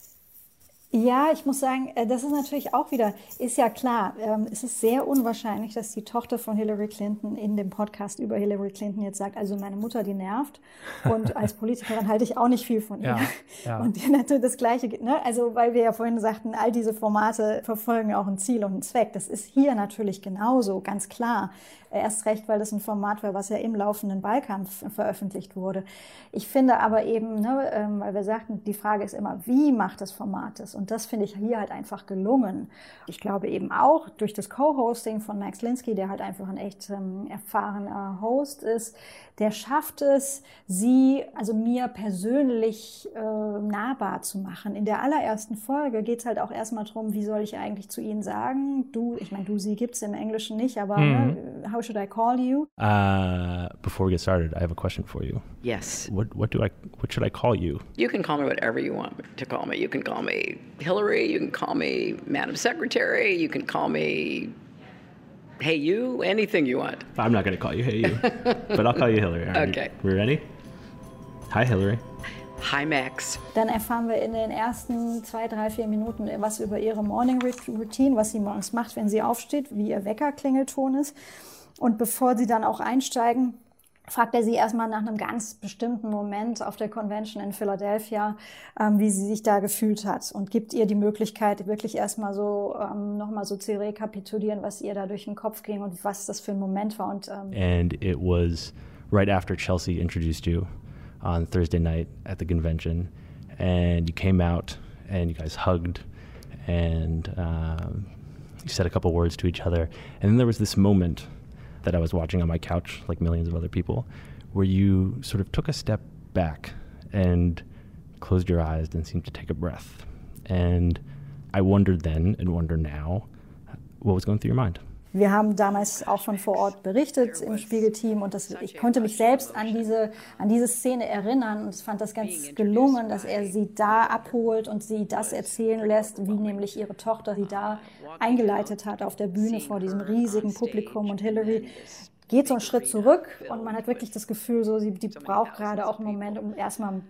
Ja, ich muss sagen, das ist natürlich auch wieder, ist ja klar, es ist sehr unwahrscheinlich, dass die Tochter von Hillary Clinton in dem Podcast über Hillary Clinton jetzt sagt, also meine Mutter, die nervt und als Politikerin halte ich auch nicht viel von ihr. Ja, ja. Und natürlich das Gleiche, ne? Also weil wir ja vorhin sagten, all diese Formate verfolgen auch ein Ziel und einen Zweck. Das ist hier natürlich genauso, ganz klar. Erst recht, weil das ein Format war, was ja im laufenden Wahlkampf veröffentlicht wurde. Ich finde aber eben, ne, weil wir sagten, die Frage ist immer, wie macht das Format es? Und das finde ich hier halt einfach gelungen. Ich glaube eben auch durch das Co-Hosting von Max Linsky, der halt einfach ein echt ähm, erfahrener Host ist, der schafft es, sie, also mir persönlich äh, nahbar zu machen. In der allerersten Folge geht es halt auch erstmal darum, wie soll ich eigentlich zu ihnen sagen? Du, ich meine, du, sie gibt es im Englischen nicht, aber mhm. ne, how should I call you? Uh, before we get started, I have a question for you. Yes. What what do I what should I call you? You can call me whatever you want to call me. You can call me Hillary, you can call me Madam Secretary, you can call me Hey you, anything you want. I'm not going to call you Hey you, but I'll call you Hillary. Right, okay. We ready? Hi Hillary. Hi Max. Dann erfahren wir in den ersten zwei, drei, vier Minuten was über ihre Morning Routine, was sie morgens macht, wenn sie aufsteht, wie ihr Weckerklingelton ist. Und bevor sie dann auch einsteigen, fragt er sie erstmal nach einem ganz bestimmten Moment auf der Convention in Philadelphia, ähm, wie sie sich da gefühlt hat und gibt ihr die Möglichkeit, wirklich erstmal so ähm, nochmal so zu rekapitulieren, was ihr da durch den Kopf ging und was das für ein Moment war. Und, ähm, And it was right after Chelsea introduced you on Thursday night at the convention, and you came out and you guys hugged and um, you said a couple words to each other, and then there was this moment that I was watching on my couch, like millions of other people, where you sort of took a step back and closed your eyes and seemed to take a breath. And I wondered then and wonder now, what was going through your mind? Wir haben damals auch von vor Ort berichtet im Spiegelteam und das, ich konnte mich selbst an diese, an diese Szene erinnern und ich fand das ganz gelungen, dass er sie da abholt und sie das erzählen lässt, wie nämlich ihre Tochter sie da eingeleitet hat auf der Bühne vor diesem riesigen Publikum und Hillary geht so einen Schritt zurück und man hat wirklich das Gefühl, so sie die braucht gerade auch einen Moment, um erstmal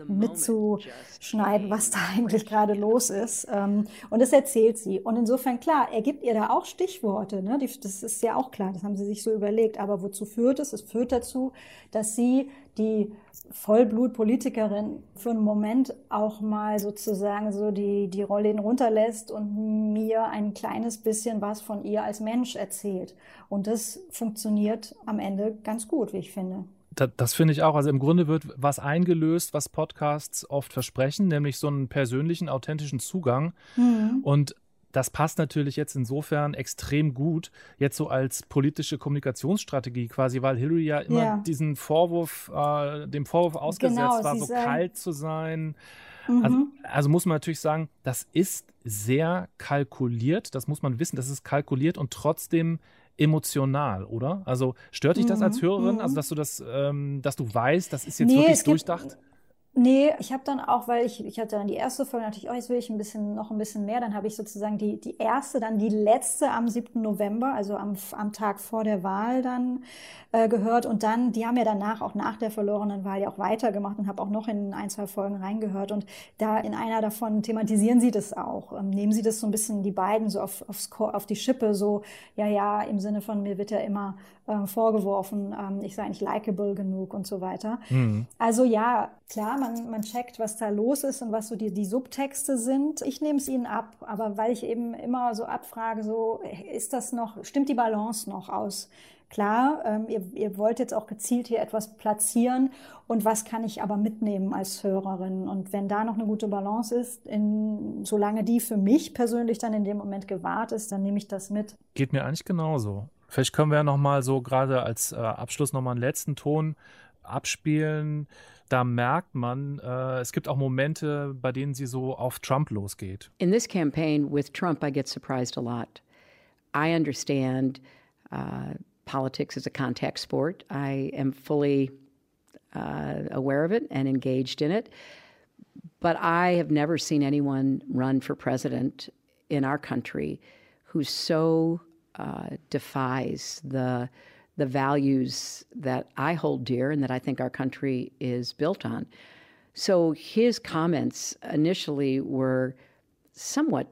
mitzuschneiden, was da eigentlich gerade los ist. Und das erzählt sie. Und insofern, klar, er gibt ihr da auch Stichworte. Ne? Das ist ja auch klar, das haben sie sich so überlegt. Aber wozu führt es? Es führt dazu, dass sie, die Vollblutpolitikerin, für einen Moment auch mal sozusagen so die, die Rollläden runterlässt und mir ein kleines bisschen was von ihr als Mensch erzählt. Und das funktioniert am Ende ganz gut, wie ich finde. Das, das finde ich auch. Also im Grunde wird was eingelöst, was Podcasts oft versprechen, nämlich so einen persönlichen, authentischen Zugang. Mhm. Und das passt natürlich jetzt insofern extrem gut, jetzt so als politische Kommunikationsstrategie quasi, weil Hillary ja immer ja. diesen Vorwurf, äh, dem Vorwurf ausgesetzt genau, war, so sagen, kalt zu sein. Mhm. Also, also muss man natürlich sagen, das ist sehr kalkuliert, das muss man wissen, das ist kalkuliert und trotzdem emotional, oder? Also stört dich das als Hörerin, also dass du das, ähm, dass du weißt, das ist jetzt nee, wirklich durchdacht? Nee, ich habe dann auch, weil ich, ich hatte dann die erste Folge natürlich, oh, jetzt will ich ein bisschen, noch ein bisschen mehr, dann habe ich sozusagen die, die erste, dann die letzte am siebten November, also am, am Tag vor der Wahl dann äh, gehört und dann, die haben ja danach auch nach der verlorenen Wahl ja auch weitergemacht und habe auch noch in ein, zwei Folgen reingehört und da in einer davon thematisieren sie das auch, ähm, nehmen sie das so ein bisschen, die beiden so auf, aufs, auf die Schippe, so, ja, ja, im Sinne von, mir wird ja immer äh, vorgeworfen, ähm, ich sei nicht likable genug und so weiter. Mhm. Also ja, klar, man, man checkt, was da los ist und was so die, die Subtexte sind. Ich nehme es ihnen ab, aber weil ich eben immer so abfrage, so ist das noch, stimmt die Balance noch aus? Klar, ähm, ihr, ihr wollt jetzt auch gezielt hier etwas platzieren und was kann ich aber mitnehmen als Hörerin? Und wenn da noch eine gute Balance ist, in, solange die für mich persönlich dann in dem Moment gewahrt ist, dann nehme ich das mit. Geht mir eigentlich genauso. Vielleicht können wir ja nochmal so gerade als äh, Abschluss nochmal einen letzten Ton abspielen. Da merkt man, äh, es gibt auch Momente, bei denen sie so auf Trump losgeht. In this campaign with Trump, I get surprised a lot. I understand uh, politics is a contact sport. I am fully uh, aware of it and engaged in it. But I have never seen anyone run for president in our country who so uh, defies the the values that I hold dear and that I think our country is built on. So his comments initially were somewhat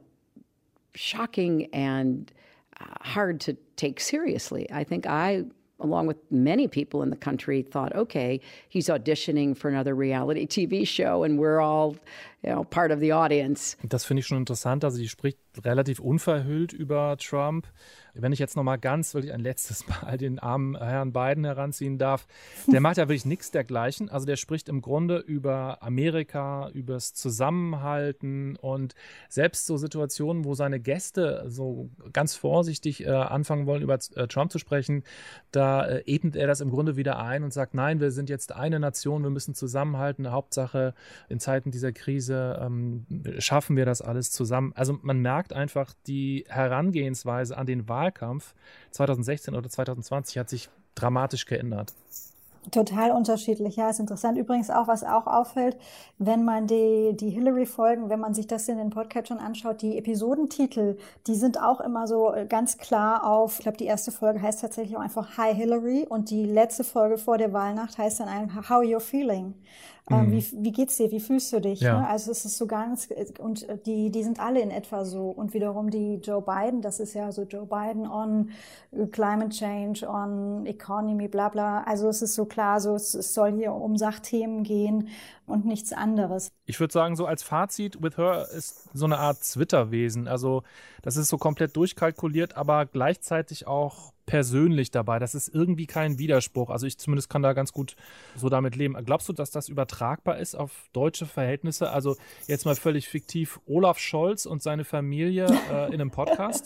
shocking and hard to take seriously. I think I, along with many people in the country, thought, okay, he's auditioning for another reality T V show and we're all, you know, part of the audience. Das finde ich schon interessant. Also sie spricht relativ unverhüllt über Trump. Wenn ich jetzt noch mal ganz wirklich ein letztes Mal den armen Herrn Biden heranziehen darf, der macht ja wirklich nichts dergleichen. Also der spricht im Grunde über Amerika, übers Zusammenhalten und selbst so Situationen, wo seine Gäste so ganz vorsichtig äh, anfangen wollen, über äh, Trump zu sprechen, da äh, ebnet er das im Grunde wieder ein und sagt, nein, wir sind jetzt eine Nation, wir müssen zusammenhalten. Hauptsache in Zeiten dieser Krise ähm, schaffen wir das alles zusammen. Also man merkt einfach, die Herangehensweise an den Wahlkampf zwanzig sechzehn oder zwanzig zwanzig hat sich dramatisch geändert. Total unterschiedlich, ja, ist interessant. Übrigens auch, was auch auffällt, wenn man die, die Hillary-Folgen, wenn man sich das in den Podcatchern anschaut, die Episodentitel, die sind auch immer so ganz klar auf, ich glaube, die erste Folge heißt tatsächlich auch einfach Hi Hillary und die letzte Folge vor der Wahlnacht heißt dann einfach How You're Feeling. Ähm, Mhm. wie, wie geht's dir? Wie fühlst du dich? Ja. Ne? Also es ist so ganz, und die, die sind alle in etwa so. Und wiederum die Joe Biden, das ist ja so Joe Biden on Climate Change, on Economy, bla bla. Also es ist so klar, so es, es soll hier um Sachthemen gehen und nichts anderes. Ich würde sagen, so als Fazit, With Her ist so eine Art Twitter-Wesen. Also das ist so komplett durchkalkuliert, aber gleichzeitig auch persönlich dabei. Das ist irgendwie kein Widerspruch. Also ich zumindest kann da ganz gut so damit leben. Glaubst du, dass das übertragbar ist auf deutsche Verhältnisse? Also jetzt mal völlig fiktiv, Olaf Scholz und seine Familie äh, in einem Podcast?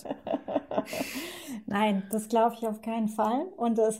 Nein, das glaube ich auf keinen Fall. Und das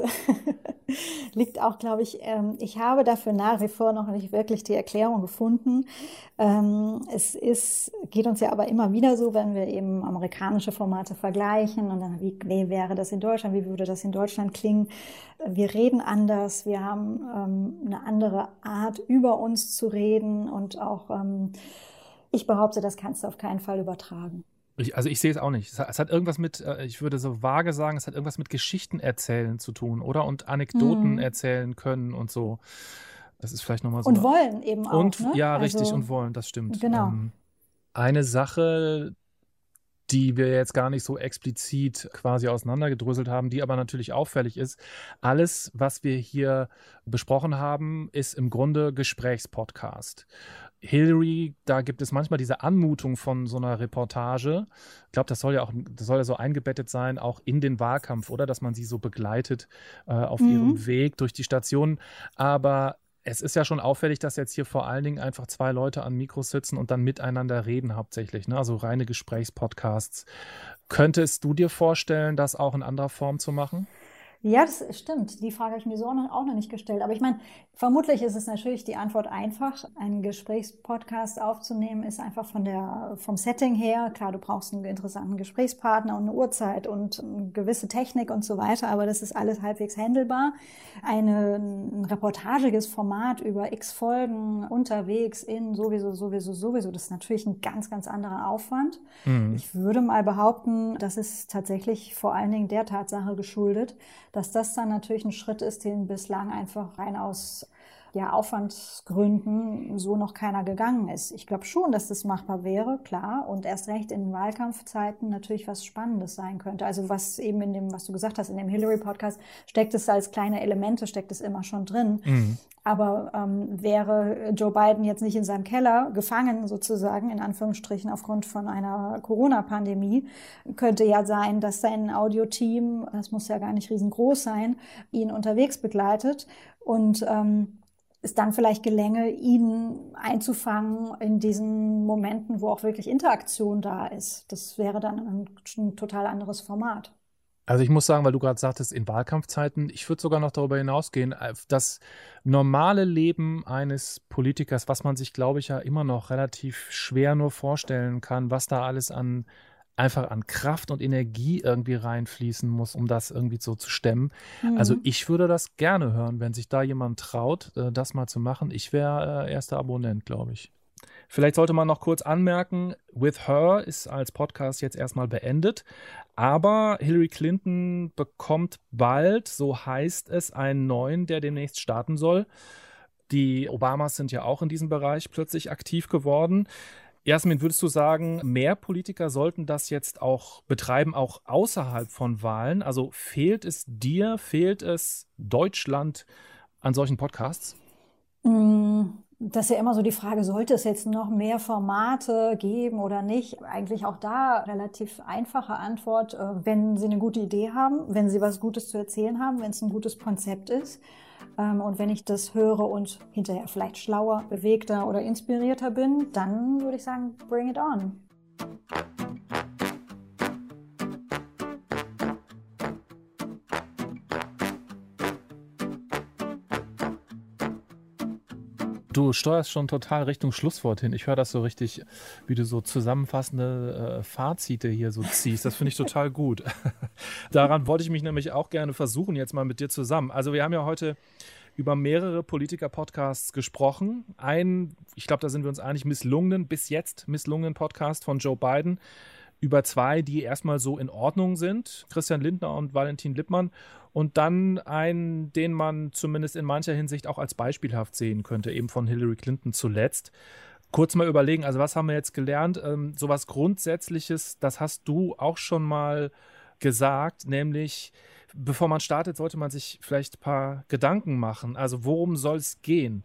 liegt auch, glaube ich, ähm, ich habe dafür nach wie vor noch nicht wirklich die Erklärung gefunden. Ähm, es ist, geht uns ja aber immer wieder so, wenn wir eben amerikanische Formate vergleichen und dann, wie, wie wäre das in Deutschland, wie würde das in Deutschland klingen? Wir reden anders, wir haben ähm, eine andere Art, über uns zu reden und auch, ähm, ich behaupte, das kannst du auf keinen Fall übertragen. Ich, also ich sehe es auch nicht. Es hat, es hat irgendwas mit, äh, ich würde so vage sagen, es hat irgendwas mit Geschichten erzählen zu tun, oder? Und Anekdoten Mhm. erzählen können und so. Das ist vielleicht nochmal so. Und eine- wollen eben auch, Und ne? ja, Also- richtig, und wollen, das stimmt. Genau. Ähm, eine Sache, die wir jetzt gar nicht so explizit quasi auseinandergedröselt haben, die aber natürlich auffällig ist. Alles, was wir hier besprochen haben, ist im Grunde Gesprächspodcast. Hillary, da gibt es manchmal diese Anmutung von so einer Reportage. Ich glaube, das soll ja auch, das soll ja so eingebettet sein, auch in den Wahlkampf, oder? Dass man sie so begleitet äh, auf Mhm. ihrem Weg durch die Stationen. Aber es ist ja schon auffällig, dass jetzt hier vor allen Dingen einfach zwei Leute an Mikros sitzen und dann miteinander reden hauptsächlich, ne? Also reine Gesprächspodcasts. Könntest du dir vorstellen, das auch in anderer Form zu machen? Ja, das stimmt. Die Frage habe ich mir so noch, auch noch nicht gestellt. Aber ich meine, vermutlich ist es natürlich die Antwort einfach. Einen Gesprächspodcast aufzunehmen ist einfach von der, vom Setting her. Klar, du brauchst einen interessanten Gesprächspartner und eine Uhrzeit und eine gewisse Technik und so weiter. Aber das ist alles halbwegs handelbar. Eine, ein reportagiges Format über x Folgen unterwegs in sowieso, sowieso, sowieso. Das ist natürlich ein ganz, ganz anderer Aufwand. Mhm. Ich würde mal behaupten, das ist tatsächlich vor allen Dingen der Tatsache geschuldet, dass das dann natürlich ein Schritt ist, den bislang einfach rein aus ja, Aufwandsgründen so noch keiner gegangen ist. Ich glaube schon, dass das machbar wäre, klar, und erst recht in Wahlkampfzeiten natürlich was Spannendes sein könnte. Also was eben in dem, was du gesagt hast, in dem Hillary-Podcast steckt es als kleine Elemente, steckt es immer schon drin. Mhm. Aber ähm, wäre Joe Biden jetzt nicht in seinem Keller gefangen, sozusagen, in Anführungsstrichen, aufgrund von einer Corona-Pandemie, könnte ja sein, dass sein Audioteam, das muss ja gar nicht riesengroß sein, ihn unterwegs begleitet und ähm, es dann vielleicht gelänge, ihn einzufangen in diesen Momenten, wo auch wirklich Interaktion da ist. Das wäre dann ein, ein total anderes Format. Also ich muss sagen, weil du gerade sagtest, in Wahlkampfzeiten, ich würde sogar noch darüber hinausgehen, das normale Leben eines Politikers, was man sich, glaube ich, ja immer noch relativ schwer nur vorstellen kann, was da alles an einfach an Kraft und Energie irgendwie reinfließen muss, um das irgendwie so zu stemmen. Mhm. Also ich würde das gerne hören, wenn sich da jemand traut, das mal zu machen. Ich wäre erster Abonnent, glaube ich. Vielleicht sollte man noch kurz anmerken, With Her ist als Podcast jetzt erstmal beendet, aber Hillary Clinton bekommt bald, so heißt es, einen neuen, der demnächst starten soll. Die Obamas sind ja auch in diesem Bereich plötzlich aktiv geworden. Jasmin, würdest du sagen, mehr Politiker sollten das jetzt auch betreiben, auch außerhalb von Wahlen? Also fehlt es dir, fehlt es Deutschland an solchen Podcasts? Das ist ja immer so die Frage, sollte es jetzt noch mehr Formate geben oder nicht? Eigentlich auch da relativ einfache Antwort, wenn Sie eine gute Idee haben, wenn Sie was Gutes zu erzählen haben, wenn es ein gutes Konzept ist. Und wenn ich das höre und hinterher vielleicht schlauer, bewegter oder inspirierter bin, dann würde ich sagen, bring it on. Du steuerst schon total Richtung Schlusswort hin. Ich höre das so richtig, wie du so zusammenfassende äh, Fazite hier so ziehst. Das finde ich total gut. Daran wollte ich mich nämlich auch gerne versuchen, jetzt mal mit dir zusammen. Also wir haben ja heute über mehrere Politiker-Podcasts gesprochen. Ein, ich glaube, da sind wir uns einig, misslungenen, bis jetzt misslungenen Podcast von Joe Biden. über zwei, die erstmal so in Ordnung sind, Christian Lindner und Valentin Lippmann, und dann einen, den man zumindest in mancher Hinsicht auch als beispielhaft sehen könnte, eben von Hillary Clinton zuletzt. Kurz mal überlegen, also was haben wir jetzt gelernt? Ähm, sowas Grundsätzliches, das hast du auch schon mal gesagt, nämlich bevor man startet, sollte man sich vielleicht ein paar Gedanken machen. Also worum soll es gehen?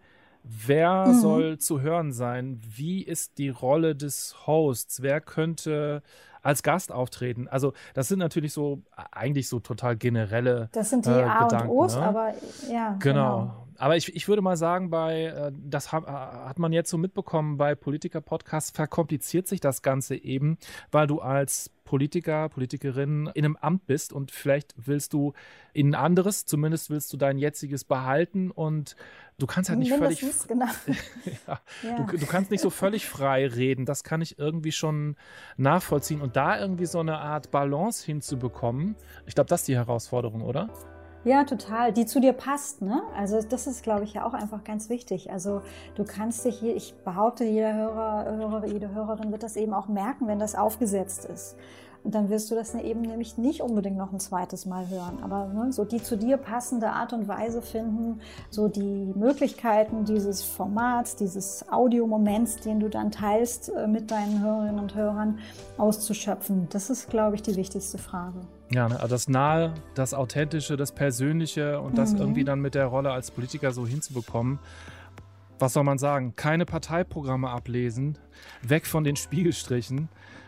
Wer mhm. soll zu hören sein? Wie ist die Rolle des Hosts? Wer könnte als Gast auftreten? Also das sind natürlich so eigentlich so total generelle Das sind die äh, A Gedanken, und O's, ne? aber ja. Genau. genau. Aber ich, ich würde mal sagen, bei äh, das hat, hat man jetzt so mitbekommen, bei Politiker-Podcasts verkompliziert sich das Ganze eben, weil du als Politiker, Politikerin in einem Amt bist und vielleicht willst du in ein anderes, zumindest willst du dein jetziges behalten und du kannst halt nicht völlig genau. ja, ja. du, du kannst nicht so völlig frei reden, das kann ich irgendwie schon nachvollziehen und da irgendwie so eine Art Balance hinzubekommen, ich glaube, das ist die Herausforderung, oder? Ja, total, die zu dir passt, ne? Also das ist, glaube ich, ja auch einfach ganz wichtig. Also du kannst dich hier, ich behaupte, jeder Hörer, Hörer, jede Hörerin wird das eben auch merken, wenn das aufgesetzt ist. Und dann wirst du das eben nämlich nicht unbedingt noch ein zweites Mal hören. Aber ne, so die zu dir passende Art und Weise finden, so die Möglichkeiten dieses Formats, dieses Audiomoments, den du dann teilst mit deinen Hörerinnen und Hörern, auszuschöpfen. Das ist, glaube ich, die wichtigste Frage. Ja, ne, also das Nahe, das Authentische, das Persönliche und das mhm. irgendwie dann mit der Rolle als Politiker so hinzubekommen. Was soll man sagen? Keine Parteiprogramme ablesen, weg von den Spiegelstrichen.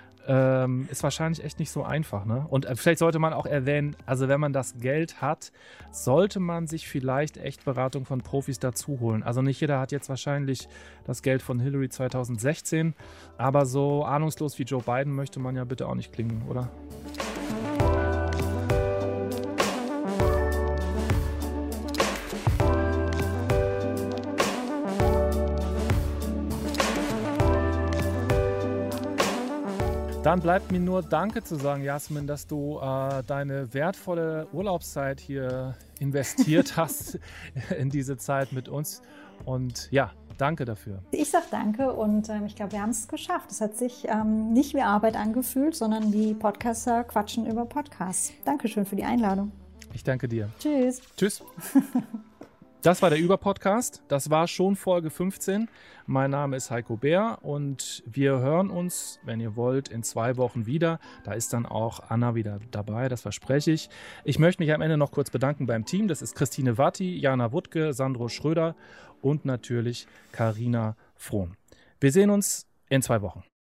Ähm, ist wahrscheinlich echt nicht so einfach, ne? Und äh, vielleicht sollte man auch erwähnen, also wenn man das Geld hat, sollte man sich vielleicht echt Beratung von Profis dazu holen. Also nicht jeder hat jetzt wahrscheinlich das Geld von Hillary zwanzig sechzehn, aber so ahnungslos wie Joe Biden möchte man ja bitte auch nicht klingen, oder? Dann bleibt mir nur Danke zu sagen, Jasmin, dass du äh, deine wertvolle Urlaubszeit hier investiert hast in diese Zeit mit uns. Und ja, danke dafür. Ich sage danke und ähm, ich glaube, wir haben es geschafft. Es hat sich ähm, nicht wie Arbeit angefühlt, sondern wie Podcaster quatschen über Podcasts. Dankeschön für die Einladung. Ich danke dir. Tschüss. Tschüss. Das war der Über-Podcast. Das war schon Folge fünfzehn. Mein Name ist Heiko Bär und wir hören uns, wenn ihr wollt, in zwei Wochen wieder. Da ist dann auch Anna wieder dabei, das verspreche ich. Ich möchte mich am Ende noch kurz bedanken beim Team. Das ist Christine Watti, Jana Wuttke, Sandro Schröder und natürlich Carina Frohn. Wir sehen uns in zwei Wochen.